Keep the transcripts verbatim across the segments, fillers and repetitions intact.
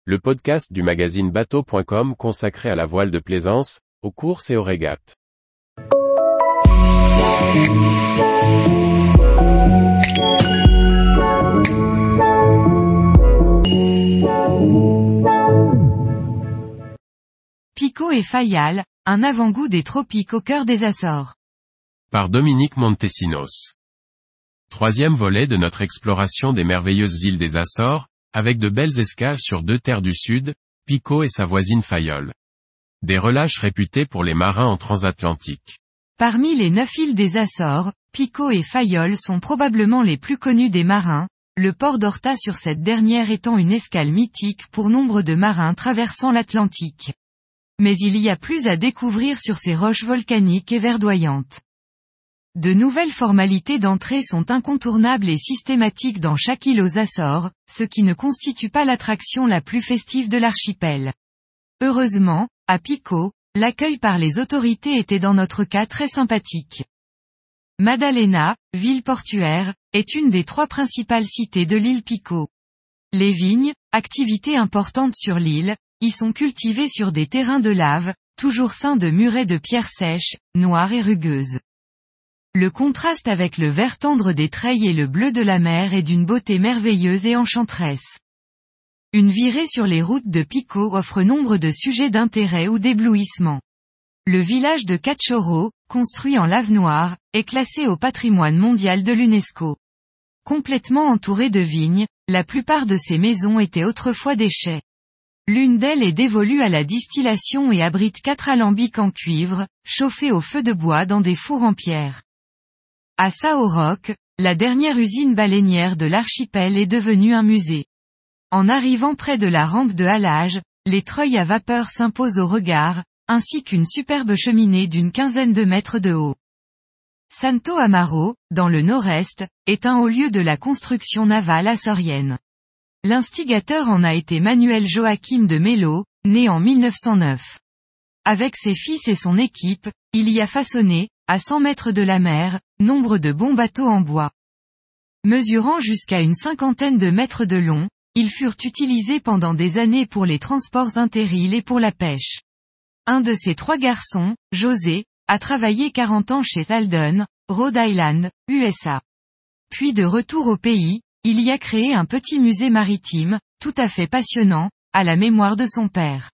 le podcast du magazine bateau point com consacré à la voile de plaisance, aux courses et aux régates. Pico et Fayal, un avant-goût des tropiques au cœur des Açores. Par Dominique Montesinos. Troisième volet de notre exploration des merveilleuses îles des Açores, avec de belles escales sur deux terres du Sud, Pico et sa voisine Fayol. Des relâches réputés pour les marins en transatlantique. Parmi les neuf îles des Açores, Pico et Fayol sont probablement les plus connus des marins, le port d'Horta sur cette dernière étant une escale mythique pour nombre de marins traversant l'Atlantique. Mais il y a plus à découvrir sur ces roches volcaniques et verdoyantes. De nouvelles formalités d'entrée sont incontournables et systématiques dans chaque île aux Açores, ce qui ne constitue pas l'attraction la plus festive de l'archipel. Heureusement, à Pico, l'accueil par les autorités était dans notre cas très sympathique. Madalena, ville portuaire, est une des trois principales cités de l'île Pico. Les vignes, activité importante sur l'île, y sont cultivées sur des terrains de lave, toujours ceints de murets de pierres sèches, noires et rugueuses. Le contraste avec le vert tendre des treilles et le bleu de la mer est d'une beauté merveilleuse et enchanteresse. Une virée sur les routes de Pico offre nombre de sujets d'intérêt ou d'éblouissement. Le village de Cachorro, construit en lave noire, est classé au patrimoine mondial de l'UNESCO. Complètement entouré de vignes, la plupart de ces maisons étaient autrefois des chais. L'une d'elles est dévolue à la distillation et abrite quatre alambics en cuivre, chauffés au feu de bois dans des fours en pierre. À Sao Roque, la dernière usine baleinière de l'archipel est devenue un musée. En arrivant près de la rampe de halage, les treuils à vapeur s'imposent au regard, ainsi qu'une superbe cheminée d'une quinzaine de mètres de haut. Santo Amaro, dans le nord-est, est un haut lieu de la construction navale açorienne. L'instigateur en a été Manuel Joaquim de Melo, né en mille neuf cent neuf. Avec ses fils et son équipe, il y a façonné, à cent mètres de la mer, nombre de bons bateaux en bois. Mesurant jusqu'à une cinquantaine de mètres de long, ils furent utilisés pendant des années pour les transports inter-îles et pour la pêche. Un de ces trois garçons, José, a travaillé quarante ans chez Alden, Rhode Island, U S A. Puis de retour au pays, il y a créé un petit musée maritime, tout à fait passionnant, à la mémoire de son père.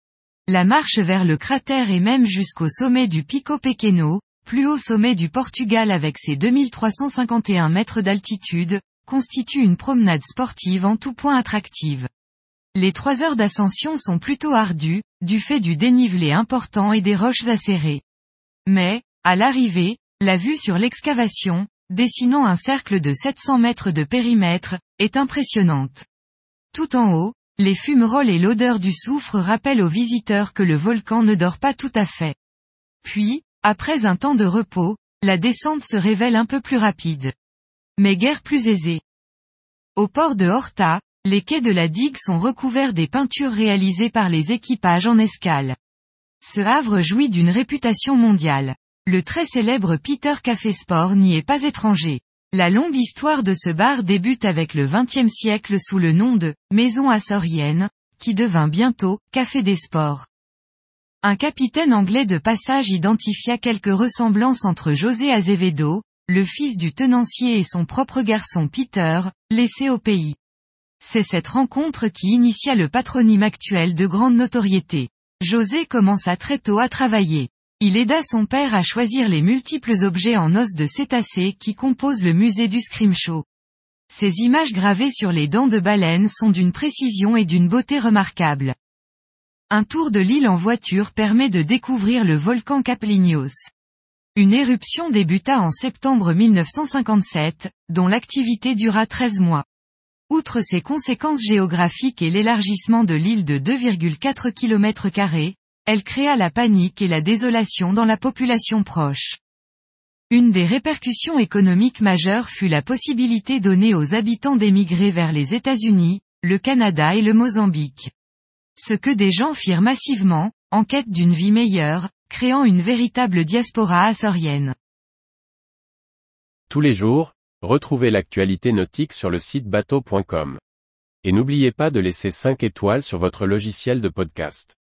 La marche vers le cratère et même jusqu'au sommet du Pico Pequeno, plus haut sommet du Portugal avec ses deux mille trois cent cinquante et un mètres d'altitude, constitue une promenade sportive en tout point attractive. Les trois heures d'ascension sont plutôt ardues, du fait du dénivelé important et des roches acérées. Mais, à l'arrivée, la vue sur l'excavation, dessinant un cercle de sept cents mètres de périmètre, est impressionnante. Tout en haut, les fumerolles et l'odeur du soufre rappellent aux visiteurs que le volcan ne dort pas tout à fait. Puis, après un temps de repos, la descente se révèle un peu plus rapide. Mais guère plus aisée. Au port de Horta, les quais de la digue sont recouverts des peintures réalisées par les équipages en escale. Ce havre jouit d'une réputation mondiale. Le très célèbre Peter Café Sport n'y est pas étranger. La longue histoire de ce bar débute avec le vingtième siècle sous le nom de « Maison açorienne », qui devint bientôt « Café des Sports ». Un capitaine anglais de passage identifia quelques ressemblances entre José Azevedo, le fils du tenancier et son propre garçon Peter, laissé au pays. C'est cette rencontre qui initia le patronyme actuel de grande notoriété. José commença très tôt à travailler. Il aida son père à choisir les multiples objets en os de cétacés qui composent le musée du Scrimshaw. Ces images gravées sur les dents de baleine sont d'une précision et d'une beauté remarquables. Un tour de l'île en voiture permet de découvrir le volcan Capliños. Une éruption débuta en septembre mille neuf cent cinquante-sept, dont l'activité dura treize mois. Outre ses conséquences géographiques et l'élargissement de l'île de deux virgule quatre kilomètres carrés, elle créa la panique et la désolation dans la population proche. Une des répercussions économiques majeures fut la possibilité donnée aux habitants d'émigrer vers les États-Unis, le Canada et le Mozambique. Ce que des gens firent massivement, en quête d'une vie meilleure, créant une véritable diaspora açorienne. Tous les jours, retrouvez l'actualité nautique sur le site bateau point com. Et n'oubliez pas de laisser cinq étoiles sur votre logiciel de podcast.